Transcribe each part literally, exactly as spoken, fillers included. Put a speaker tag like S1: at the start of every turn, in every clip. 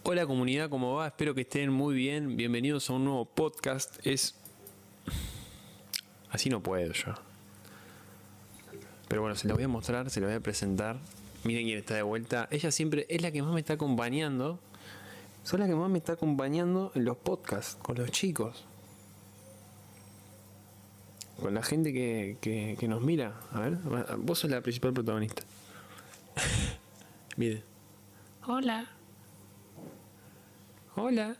S1: Hola comunidad, ¿cómo va? Espero que estén muy bien. Bienvenidos a un nuevo podcast. Es... Así no puedo yo. Pero bueno, se lo voy a mostrar, se lo voy a presentar. Miren quién está de vuelta. Ella siempre es la que más me está acompañando. Son la que más me está acompañando en los podcasts, con los chicos. Con la gente que, que, que nos mira. A ver, vos sos la principal protagonista. Miren. Hola. Hola.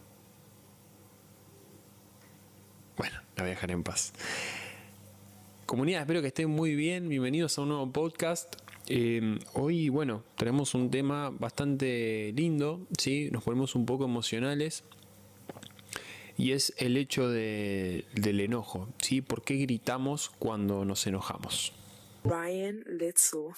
S1: Bueno, la voy a dejar en paz. Comunidad, espero que estén muy bien. Bienvenidos a un nuevo podcast. Eh, hoy, bueno, tenemos un tema bastante lindo, ¿sí? Nos ponemos un poco emocionales. Y es el hecho de, del enojo, ¿sí? ¿Por qué gritamos cuando nos enojamos?
S2: Ryan Litzel.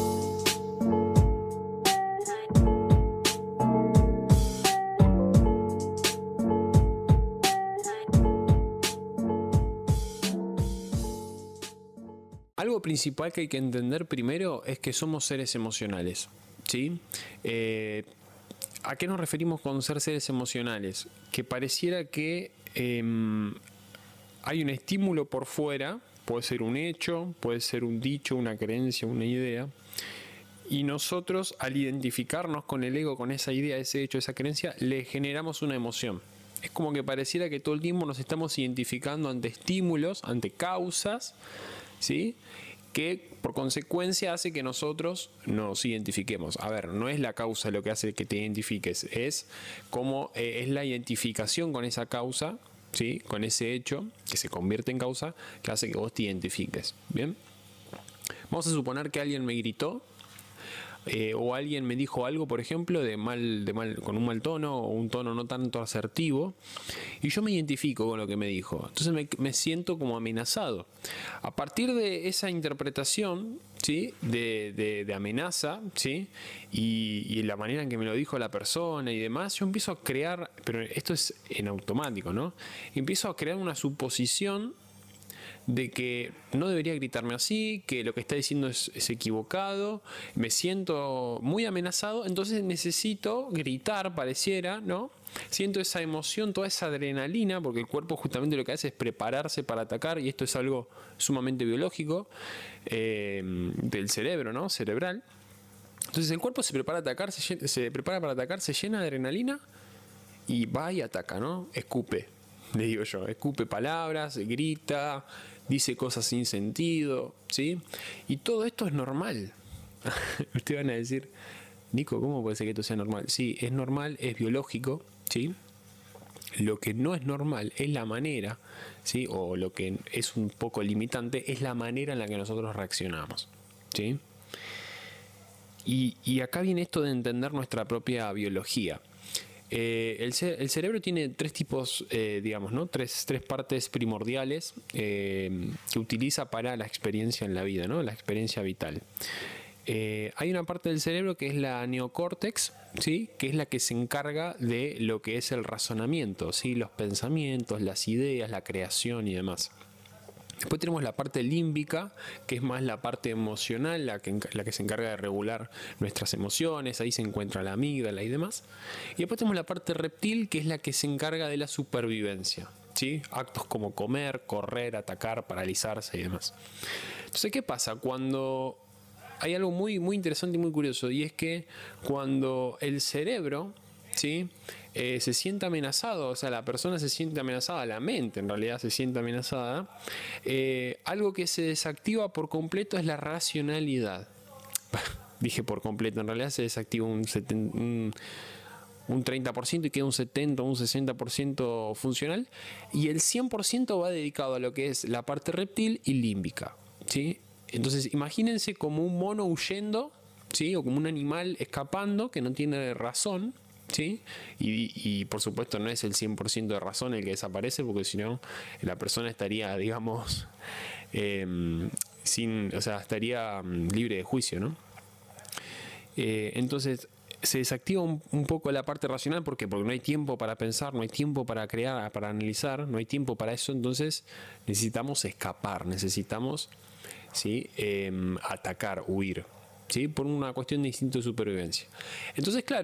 S1: Algo principal que hay que entender primero es que somos seres emocionales, ¿sí? Eh, ¿A qué nos referimos con ser seres emocionales? Que pareciera que eh, hay un estímulo por fuera, puede ser un hecho, puede ser un dicho, una creencia, una idea, y nosotros al identificarnos con el ego, con esa idea, ese hecho, esa creencia, le generamos una emoción. Es como que pareciera que todo el tiempo nos estamos identificando ante estímulos, ante causas, ¿sí? Que por consecuencia hace que nosotros nos identifiquemos. A ver, no es la causa lo que hace que te identifiques, es como eh, es la identificación con esa causa, ¿sí? Con ese hecho que se convierte en causa, que hace que vos te identifiques. Bien, vamos a suponer que alguien me gritó. Eh, o alguien me dijo algo, por ejemplo, de mal, de mal, con un mal tono o un tono no tanto asertivo, y yo me identifico con lo que me dijo. Entonces me, me siento como amenazado. A partir de esa interpretación, ¿sí? de, de, de amenaza, ¿sí? y, y la manera en que me lo dijo la persona y demás, yo empiezo a crear, pero esto es en automático, ¿no? Empiezo a crear una suposición de que no debería gritarme así, que lo que está diciendo es, es equivocado, me siento muy amenazado, entonces necesito gritar, pareciera, ¿no? Siento esa emoción, toda esa adrenalina, porque el cuerpo justamente lo que hace es prepararse para atacar, y esto es algo sumamente biológico eh, del cerebro, ¿no? Cerebral. Entonces el cuerpo se prepara a atacar, se, se prepara para atacar, se llena de adrenalina y va y ataca, ¿no? Escupe. Le digo yo, escupe palabras, grita, dice cosas sin sentido, ¿sí? Y todo esto es normal. Ustedes van a decir, Nico, ¿cómo puede ser que esto sea normal? Sí, es normal, es biológico, ¿sí? Lo que no es normal es la manera, ¿sí? O lo que es un poco limitante es la manera en la que nosotros reaccionamos, ¿sí? Y, y acá viene esto de entender nuestra propia biología. Eh, el, ce el cerebro tiene tres tipos, eh, digamos, ¿no? Tres, tres partes primordiales eh, que utiliza para la experiencia en la vida, ¿no? La experiencia vital. Eh, hay una parte del cerebro que es la neocórtex, ¿sí? Que es la que se encarga de lo que es el razonamiento, ¿sí? Los pensamientos, las ideas, la creación y demás. Después tenemos la parte límbica, que es más la parte emocional, la que, la que se encarga de regular nuestras emociones, ahí se encuentra la amígdala y demás. Y después tenemos la parte reptil, que es la que se encarga de la supervivencia, ¿sí? Actos como comer, correr, atacar, paralizarse y demás. Entonces, ¿qué pasa? Cuando hay algo muy, muy interesante y muy curioso, y es que cuando el cerebro, ¿sí? Eh, se siente amenazado, o sea, la persona se siente amenazada, la mente en realidad se siente amenazada, eh, algo que se desactiva por completo es la racionalidad. Dije por completo, en realidad se desactiva un, un, un treinta por ciento y queda un setenta o un sesenta por ciento funcional, y el cien por ciento va dedicado a lo que es la parte reptil y límbica, ¿sí? Entonces imagínense como un mono huyendo, ¿sí? O como un animal escapando que no tiene razón, ¿sí? Y, y por supuesto no es el cien por ciento de razón el que desaparece, porque si no la persona estaría, digamos, eh, sin, o sea, estaría libre de juicio, ¿no? Eh, entonces se desactiva un, un poco la parte racional. ¿Por qué? Porque no hay tiempo para pensar, no hay tiempo para crear, para analizar, no hay tiempo para eso. Entonces necesitamos escapar, necesitamos, ¿sí? eh, atacar, huir, ¿sí? Por una cuestión de instinto de supervivencia. Entonces, claro,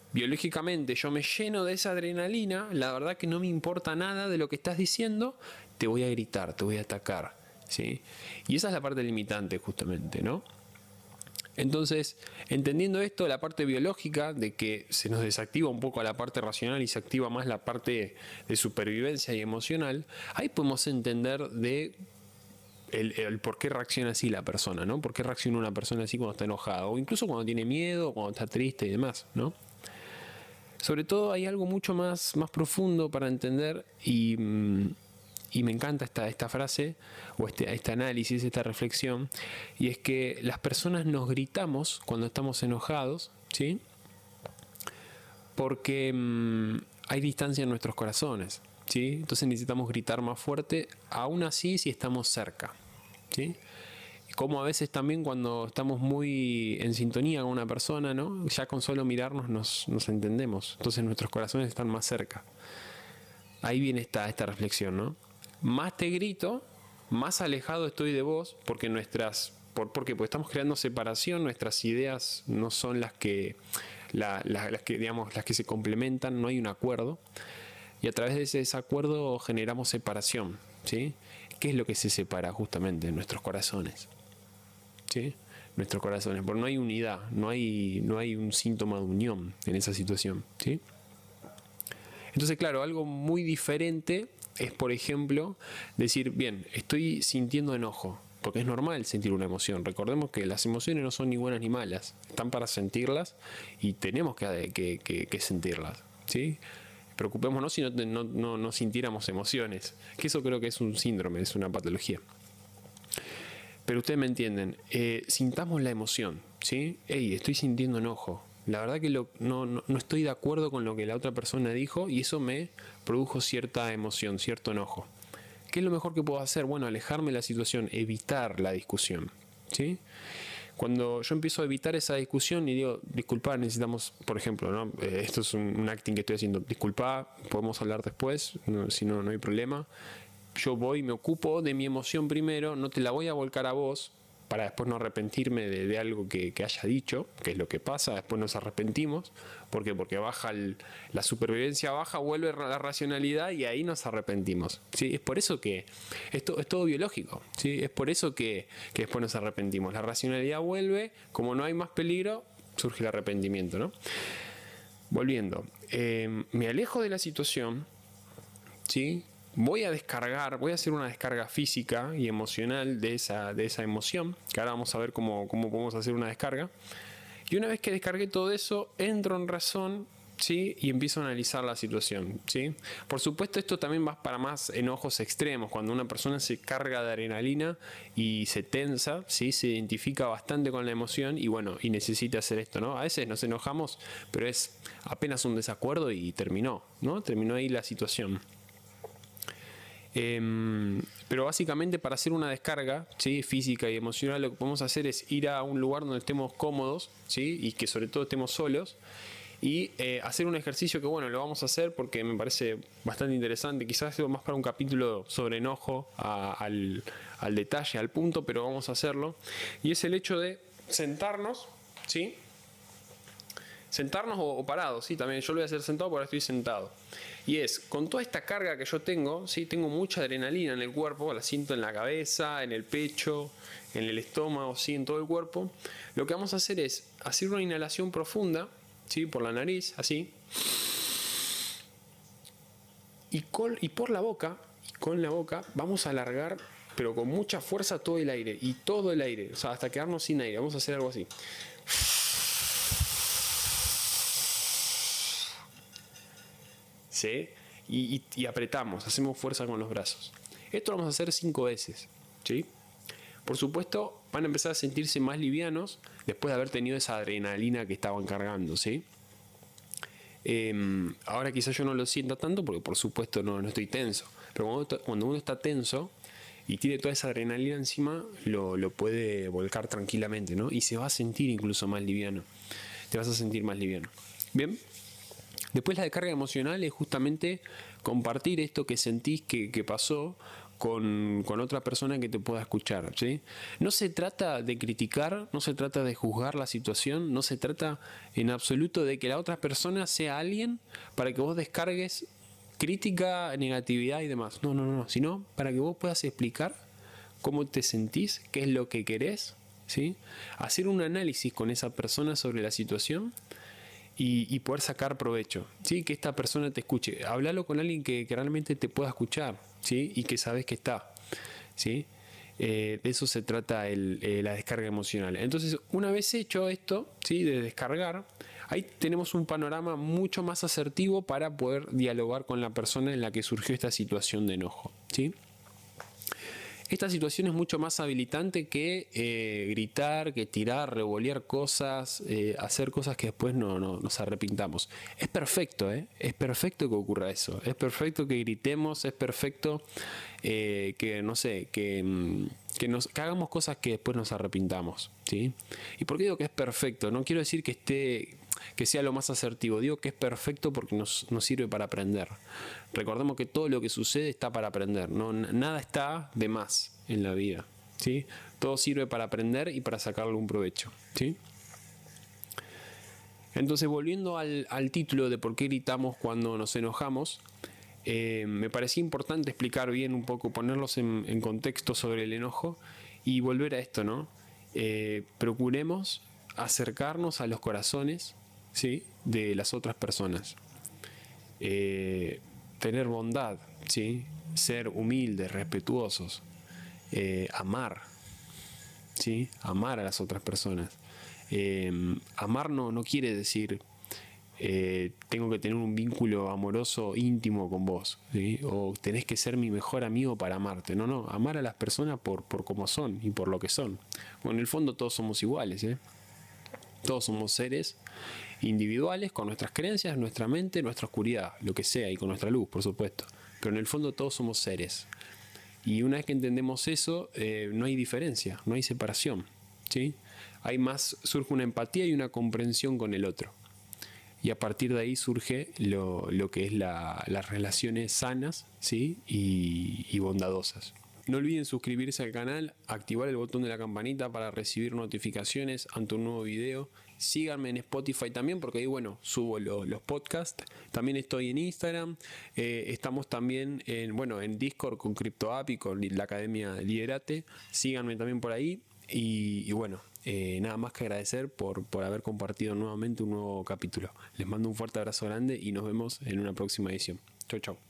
S1: biológicamente yo me lleno de esa adrenalina, la verdad que no me importa nada de lo que estás diciendo, te voy a gritar, te voy a atacar, ¿sí? Y esa es la parte limitante justamente, ¿no? Entonces, entendiendo esto, la parte biológica, de que se nos desactiva un poco la parte racional y se activa más la parte de supervivencia y emocional, ahí podemos entender de el, el por qué reacciona así la persona, ¿no? ¿Por qué reacciona una persona así cuando está enojada? O incluso cuando tiene miedo, cuando está triste y demás, ¿no? Sobre todo hay algo mucho más, más profundo para entender y, y me encanta esta, esta frase o este, este análisis, esta reflexión, y es que las personas nos gritamos cuando estamos enojados, ¿sí? Porque mmm, hay distancia en nuestros corazones, ¿sí? Entonces necesitamos gritar más fuerte, aún así si estamos cerca, ¿sí? Como a veces también cuando estamos muy en sintonía con una persona, ¿no? Ya con solo mirarnos nos, nos entendemos. Entonces nuestros corazones están más cerca. Ahí viene esta, esta reflexión, ¿no? Más te grito, más alejado estoy de vos, porque nuestras... Por, porque, porque estamos creando separación, nuestras ideas no son las que, la, la, las que, digamos, las que se complementan, no hay un acuerdo. Y a través de ese desacuerdo generamos separación, ¿sí? ¿Qué es lo que se separa justamente? Nuestros corazones. ¿Sí? Nuestros corazones, porque no hay unidad, no hay, no hay un síntoma de unión en esa situación, ¿sí? Entonces, claro, algo muy diferente es, por ejemplo, decir, bien, estoy sintiendo enojo, porque es normal sentir una emoción. Recordemos que las emociones no son ni buenas ni malas, están para sentirlas y tenemos que, que, que, que sentirlas, ¿sí? Preocupémonos si no, no, no, no sintiéramos emociones, que eso creo que es un síndrome, es una patología. Pero ustedes me entienden, eh, sintamos la emoción, ¿sí? Hey, estoy sintiendo enojo. La verdad que lo, no, no, no estoy de acuerdo con lo que la otra persona dijo y eso me produjo cierta emoción, cierto enojo. ¿Qué es lo mejor que puedo hacer? Bueno, alejarme de la situación, evitar la discusión, ¿sí? Cuando yo empiezo a evitar esa discusión y digo, disculpa, necesitamos, por ejemplo, ¿no? Eh, esto es un, un acting que estoy haciendo, disculpa, podemos hablar después, no, si no, no hay problema. Yo voy, me ocupo de mi emoción primero, no te la voy a volcar a vos para después no arrepentirme de, de algo que, que haya dicho, que es lo que pasa, después nos arrepentimos. ¿Por qué? Porque baja el, la supervivencia baja, vuelve la racionalidad y ahí nos arrepentimos, ¿sí? Es por eso que esto es todo biológico, ¿sí? Es por eso que, que después nos arrepentimos. La racionalidad vuelve, como no hay más peligro, surge el arrepentimiento, ¿no? Volviendo, eh, me alejo de la situación, ¿sí? Voy a descargar, voy a hacer una descarga física y emocional de esa, de esa emoción, que ahora vamos a ver cómo, cómo podemos hacer una descarga. Y una vez que descargué todo eso, entro en razón, ¿sí? Y empiezo a analizar la situación, ¿sí? Por supuesto, esto también va para más enojos extremos, cuando una persona se carga de adrenalina y se tensa, ¿sí? Se identifica bastante con la emoción y bueno, y necesita hacer esto, ¿no? A veces nos enojamos, pero es apenas un desacuerdo y terminó, ¿no? Terminó ahí la situación. Eh, pero básicamente para hacer una descarga, ¿sí? Física y emocional, lo que podemos hacer es ir a un lugar donde estemos cómodos, ¿sí? Y que sobre todo estemos solos y eh, hacer un ejercicio que bueno, lo vamos a hacer porque me parece bastante interesante, quizás sea más para un capítulo sobre enojo a, al, al detalle, al punto, pero vamos a hacerlo, y es el hecho de sentarnos, ¿sí? Sentarnos o, o parados, sí, también yo lo voy a hacer sentado porque ahora estoy sentado. Y es, con toda esta carga que yo tengo, sí, tengo mucha adrenalina en el cuerpo, la siento en la cabeza, en el pecho, en el estómago, sí, en todo el cuerpo. Lo que vamos a hacer es hacer una inhalación profunda, sí, por la nariz, así. Y, con, y por la boca, y con la boca, vamos a alargar, pero con mucha fuerza, todo el aire. Y todo el aire, o sea, hasta quedarnos sin aire. Vamos a hacer algo así. ¿Sí? Y, y, y apretamos, hacemos fuerza con los brazos. Esto lo vamos a hacer cinco veces, ¿sí? Por supuesto, van a empezar a sentirse más livianos después de haber tenido esa adrenalina que estaban cargando, ¿sí? Eh, ahora quizás yo no lo sienta tanto porque por supuesto no, no estoy tenso. Pero cuando, cuando uno está tenso y tiene toda esa adrenalina encima, lo, lo puede volcar tranquilamente, ¿no? Y se va a sentir incluso más liviano. Te vas a sentir más liviano. Bien. Después la descarga emocional es justamente compartir esto que sentís que, que pasó con, con otra persona que te pueda escuchar, ¿sí? No se trata de criticar, no se trata de juzgar la situación, no se trata en absoluto de que la otra persona sea alguien para que vos descargues crítica, negatividad y demás. No, no, no, sino para que vos puedas explicar cómo te sentís, qué es lo que querés, ¿sí? Hacer un análisis con esa persona sobre la situación y, y poder sacar provecho, ¿sí? Que esta persona te escuche. Háblalo con alguien que, que realmente te pueda escuchar, ¿sí? Y que sabes que está, ¿sí? Eh, de eso se trata el, eh, la descarga emocional. Entonces, una vez hecho esto, ¿sí? De descargar, ahí tenemos un panorama mucho más asertivo para poder dialogar con la persona en la que surgió esta situación de enojo, ¿sí? Esta situación es mucho más habilitante que eh, gritar, que tirar, revolear cosas, eh, hacer cosas que después no, no, nos arrepintamos. Es perfecto, ¿eh? Es perfecto que ocurra eso. Es perfecto que gritemos, es perfecto eh, que, no sé, que, que, nos, que hagamos cosas que después nos arrepintamos, ¿sí? ¿Y por qué digo que es perfecto? No quiero decir que esté... que sea lo más asertivo. Digo que es perfecto porque nos, nos sirve para aprender. Recordemos que todo lo que sucede está para aprender. No, nada está de más en la vida, ¿sí? Todo sirve para aprender y para sacarle un provecho, ¿sí? Entonces, volviendo al, al título de por qué gritamos cuando nos enojamos, eh, me parecía importante explicar bien un poco, ponerlos en, en contexto sobre el enojo y volver a esto, ¿no? Eh, procuremos acercarnos a los corazones, ¿sí? De las otras personas, eh, tener bondad, ¿sí? Ser humildes, respetuosos, eh, amar, ¿sí? Amar a las otras personas. Eh, amar no, no quiere decir eh, tengo que tener un vínculo amoroso íntimo con vos, ¿sí? O tenés que ser mi mejor amigo para amarte. No, no, amar a las personas por, por cómo son y por lo que son. Bueno, en el fondo todos somos iguales, ¿eh? Todos somos seres individuales con nuestras creencias, nuestra mente, nuestra oscuridad, lo que sea, y con nuestra luz, por supuesto. Pero en el fondo todos somos seres. Y una vez que entendemos eso, eh, no hay diferencia, no hay separación, ¿sí? Hay más, surge una empatía y una comprensión con el otro. Y a partir de ahí surge lo, lo que es la, las relaciones sanas, ¿sí? y, y bondadosas. No olviden suscribirse al canal, activar el botón de la campanita para recibir notificaciones ante un nuevo video. Síganme en Spotify también porque ahí, bueno, subo lo, los podcasts. También estoy en Instagram. Eh, estamos también en, bueno, en Discord con CryptoApp y con la Academia Liderate. Síganme también por ahí. Y, y bueno, eh, nada más que agradecer por, por haber compartido nuevamente un nuevo capítulo. Les mando un fuerte abrazo grande y nos vemos en una próxima edición. Chau, chau.